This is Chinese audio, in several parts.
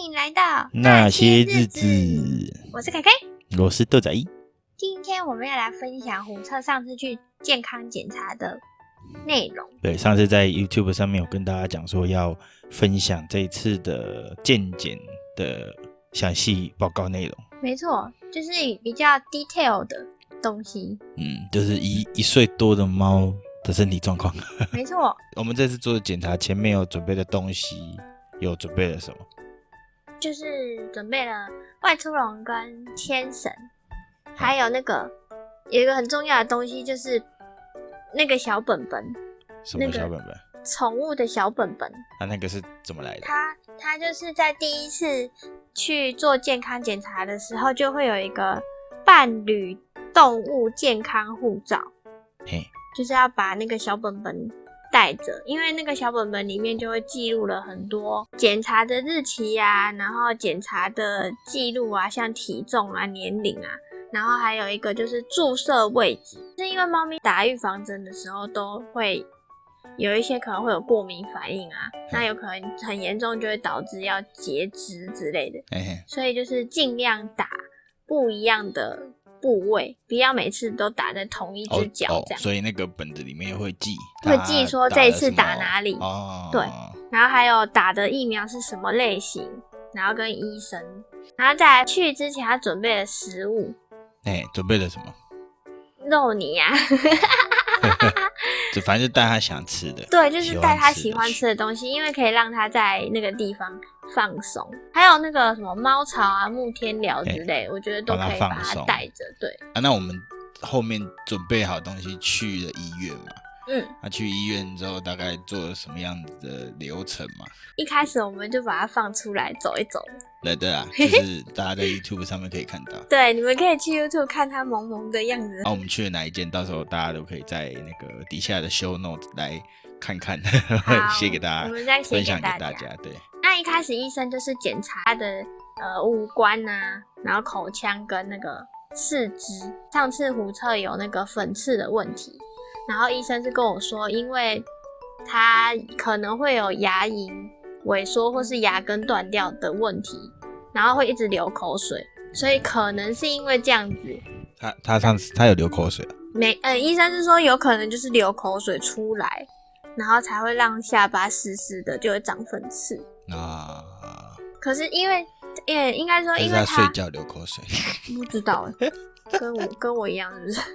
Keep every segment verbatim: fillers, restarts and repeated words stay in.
迎来到那些日子， 我是凯凯， 我是豆仔。 今天我们要来分享虎彻上次去健康检查的内容。 对，上次在 YouTube 上面有跟大家讲说要分享这一次的健检的详细报告内容。 没错，就是比较 detail 的东西。 嗯，就是一一岁多的猫的身体状况。 没错， 我们这次做的检查前面有准备的东西，有准备了什么？ 就是准备了外出笼跟牵绳，还有那个有一个很重要的东西，就是那个小本本。 什么小本本？ 宠物的小本本。 啊，那个是怎么来的？ 它它就是在第一次去做健康检查的时候，就会有一个伴侣动物健康护照， 嘿， 就是要把那个小本本带着，因为那个小本本里面就会记录了很多检查的日期啊，然后检查的记录啊，像体重啊、年龄啊，然后还有一个就是注射位置，是因为猫咪打预防针的时候都会有一些可能会有过敏反应啊，那有可能很严重就会导致要截肢之类的，所以就是尽量打不一样的部位，不要每次都打在同一只脚这样、哦哦。 所以那个本子里面会记， 会记说这一次打哪里。 哦， 对，然后还有打的疫苗是什么类型，然后跟医生，然后再来去之前他准备了食物。 哎、欸，准备了什么？ 肉泥啊。 就反正就带他想吃的。 对，就是带他喜欢吃的东西，因为可以让他在那个地方放松。还有那个什么猫草啊、木天寮之类，我觉得都可以把它带着。对啊，那我们后面准备好东西去了医院嘛？ 嗯， 那、啊、去医院之后大概做了什么样子的流程嘛？ 一开始我们就把它放出来走一走。 对对啊，就是大家在 YouTube 上面可以看到。 对，你们可以去 YouTube 看它萌萌的样子。 然后、啊、我们去了哪一间，到时候大家都可以在那个底下的 show notes 来看看，写给大家， 我们再写给大家，分享给大家。 对， 那一开始医生就是检查他的呃五官啊，然后口腔跟那个四肢。上次虎彻有那个粉刺的问题，然后医生是跟我说，因为他可能会有牙龈萎缩或是牙根断掉的问题，然后会一直流口水，所以可能是因为这样子。 他他上次他有流口水啊？ 没，呃，医生是说有可能就是流口水出来，然后才会让下巴湿湿的，就会长粉刺。 啊， 可是因为，呃，应该说因为他， 他睡觉流口水， 不知道哎，跟我跟我一样是不是？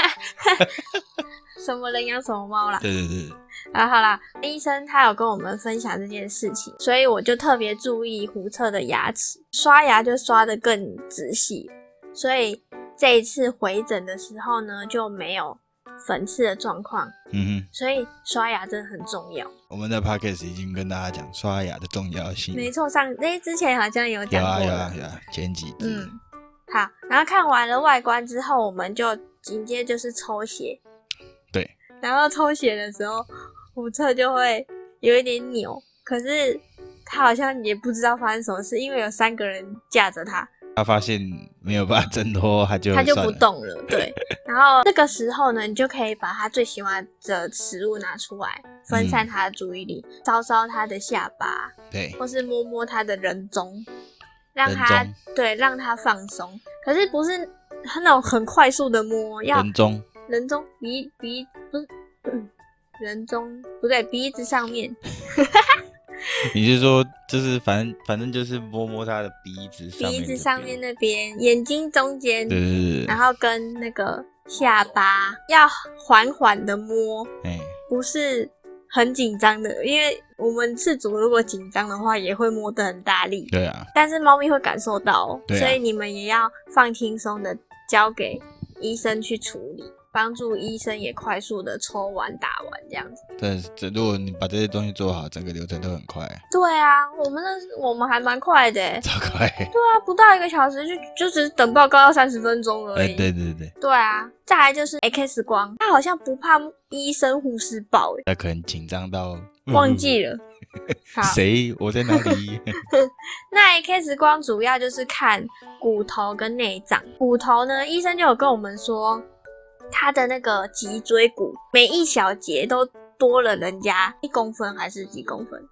什么人养什么猫啦？ 对对对。 啊，好啦，医生他有跟我们分享这件事情，所以我就特别注意虎彻的牙齿，刷牙就刷得更仔细，所以这一次回诊的时候呢，就没有粉刺的状况。 嗯哼， 所以刷牙真的很重要。 我们的 podcast 已经跟大家讲刷牙的重要性。 没错，上那之前好像有讲过了。 有啊有啊有啊，前几集。 嗯，好，然后看完了外观之后，我们就紧接就是抽血。 对。 然后抽血的时候，虎彻就会有一点扭，可是他好像也不知道发生什么事，因为有三个人架着他。 他发现没有办法挣脱，他就他就不动了。对，然后这个时候呢，你就可以把他最喜欢的食物拿出来，分散他的注意力，嗯、搔搔他的下巴， 对， 或是摸摸他的人中，让他对让他放松。可是不是那种很快速的摸，要人中。 人中鼻鼻不是、嗯、人中不对，鼻子上面。 你是说就是反正反正就是摸摸他的鼻子上面， 鼻子上面那边，眼睛中间， 对对对， 然后跟那个下巴要缓缓的摸， 欸、 不是很紧张的，因为我们饲主如果紧张的话，也会摸得很大力。 对啊， 但是猫咪会感受到、 对啊、 所以你们也要放轻松的交给医生去处理。帮助医生也快速的抽完打完这样子。 对，这如果你把这些东西做好，整个流程都很快。 对啊，我们那我们还蛮快的耶， 超快。 对啊，不到一个小时就就只是等报告要三十分钟而已。 欸、对对对。 对啊，再来就是 X 光，他好像不怕医生护士抱耶， 他可能紧张到忘记了。 谁？我在哪里？ 那 X 光主要就是看骨头跟内脏。骨头呢，医生就有跟我们说，他的那个脊椎骨每一小节都多了人家一公分还是几公分？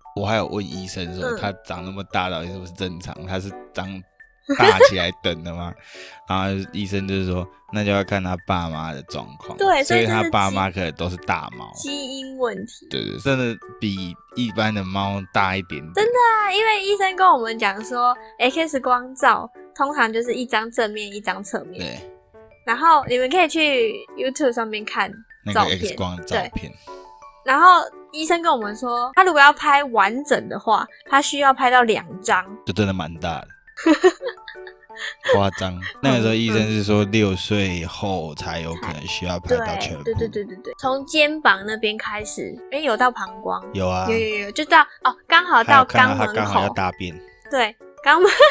我还有问医生说， 嗯他长那么大到底是不是正常？他是长大起来等的吗？然后医生就是说，那就要看他爸妈的状况。 对， 所以他这是基爸妈可能都是大猫， 基因问题。 对对，真的比一般的猫大一点点。 真的啊，因为医生跟我们讲说 ，X 光照通常就是一张正面，一张侧面。 对， 然后你们可以去 YouTube 上面看那个照片， X 光的照片。 然后医生跟我们说，他如果要拍完整的话，他需要拍到两张， 就真的蛮大的，夸张。那个时候医生是说六岁后才有可能需要拍到全部。 对对对对对，从肩膀那边开始，哎，有到膀胱， 有啊， 有有有，就到哦，刚好到肛门口， 刚好要大便。 对，肛门。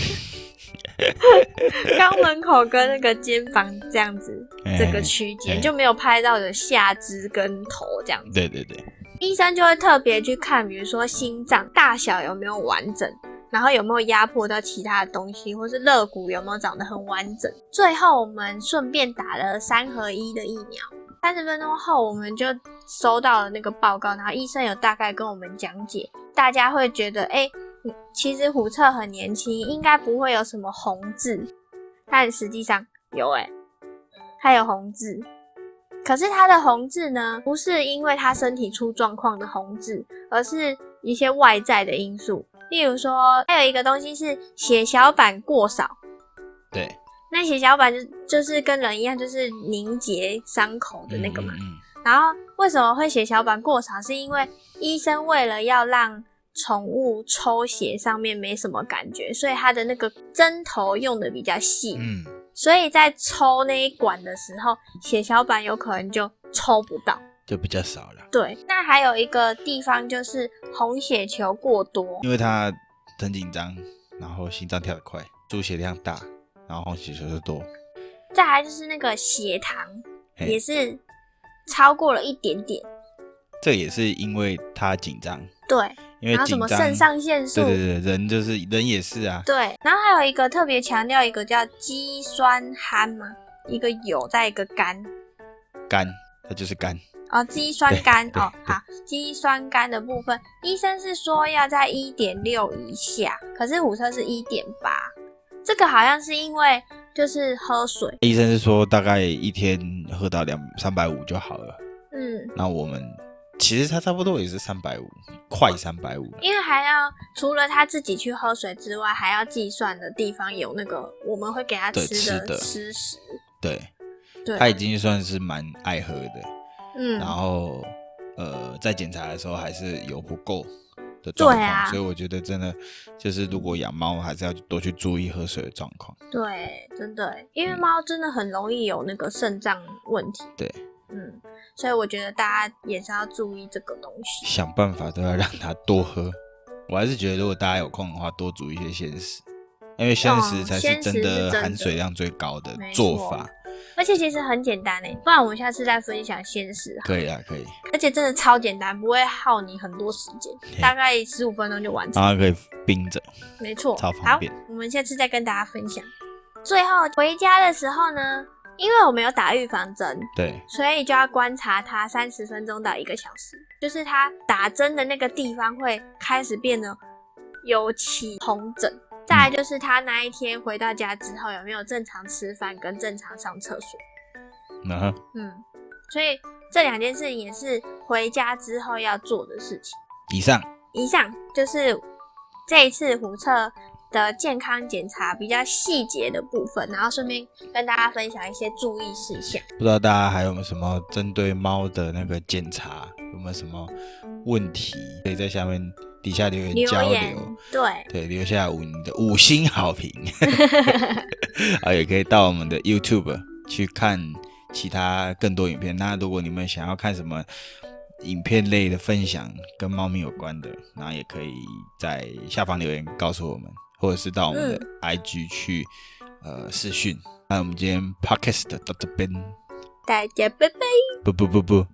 肛门口跟那个肩膀这样子，欸、这个区间、欸、就没有拍到的下肢跟头这样子。 对对对， 医生就会特别去看，比如说心脏大小有没有完整，然后有没有压迫到其他的东西，或是肋骨有没有长得很完整。最后我们顺便打了三合一的疫苗。三十分钟后，我们就收到了那个报告，然后医生有大概跟我们讲解，大家会觉得，哎、欸。其实虎彻很年轻，应该不会有什么红痣，但实际上有诶、欸，他有红痣。可是他的红痣呢，不是因为他身体出状况的红痣，而是一些外在的因素。例如说，还有一个东西是血小板过少。 对。 那血小板就就是跟人一样，就是凝结伤口的那个嘛。 嗯嗯嗯然后为什么会血小板过少？是因为医生为了要让宠物抽血上面没什么感觉，所以它的那个针头用的比较细，嗯，所以在抽那一管的时候，血小板有可能就抽不到， 就比较少了。 对，那还有一个地方就是红血球过多， 因为它很紧张，然后心脏跳得快，出血量大，然后红血球就多。 再来就是那个血糖也是超过了一点点， 这也是因为它紧张， 对。 因为然后什么肾上腺素， 对对对，人就是人也是啊。 对，然后还有一个特别强调一个叫肌酸酐嘛，一个酉在一个肝， 肝，它就是肝。 哦，肌酸酐哦，好，肌酸酐的部分，医生是说要在 一点六 以下，可是虎彻是 一点八， 这个好像是因为就是喝水， 医生是说大概一天喝到两三百五就好了。 嗯， 那我们。其实他差不多也是三百五，快三百五， 因为还要除了他自己去喝水之外，还要计算的地方有那个我们会给他吃的吃食。 对， 对， 他已经算是蛮爱喝的， 嗯， 然后呃，在检查的时候还是有不够的状况，啊，所以我觉得真的就是如果养猫，还是要多去注意喝水的状况。 对，真的，因为猫真的很容易有那个肾脏问题。 对。 嗯，所以我觉得大家也是要注意这个东西， 想办法都要让它多喝。我还是觉得，如果大家有空的话，多煮一些鲜食，因为鲜食才是真的含水量最高的做法。 而且其实很简单诶，不然我们下次再分享鲜食。 可以啊，可以。 而且真的超简单，不会耗你很多时间，大概十五分钟就完成。 然后可以冰着， 没错， 超方便。 好，我们下次再跟大家分享。最后回家的时候呢？因为我们有打预防针， 对， 所以就要观察它三十分钟到一个小时，就是它打针的那个地方会开始变得有起红疹。再来就是他那一天回到家之后有没有正常吃饭跟正常上厕所。 嗯嗯，所以这两件事情也是回家之后要做的事情。 以上， 以上就是这一次虎彻的健康检查比较细节的部分，然后顺便跟大家分享一些注意事项。 不知道大家还有没有什么针对猫的那个检查，有没有什么问题，可以在下面底下留言交流。 对对，留下五你的五星好评，啊，也可以到我们的 YouTube 去看其他更多影片。那如果你们想要看什么影片类的分享跟猫咪有关的，那也可以在下方留言告诉我们，或者是到我们的 I G 去、嗯、呃私讯。那我们今天 Podcast 到这边， 大家拜拜， 不不不不。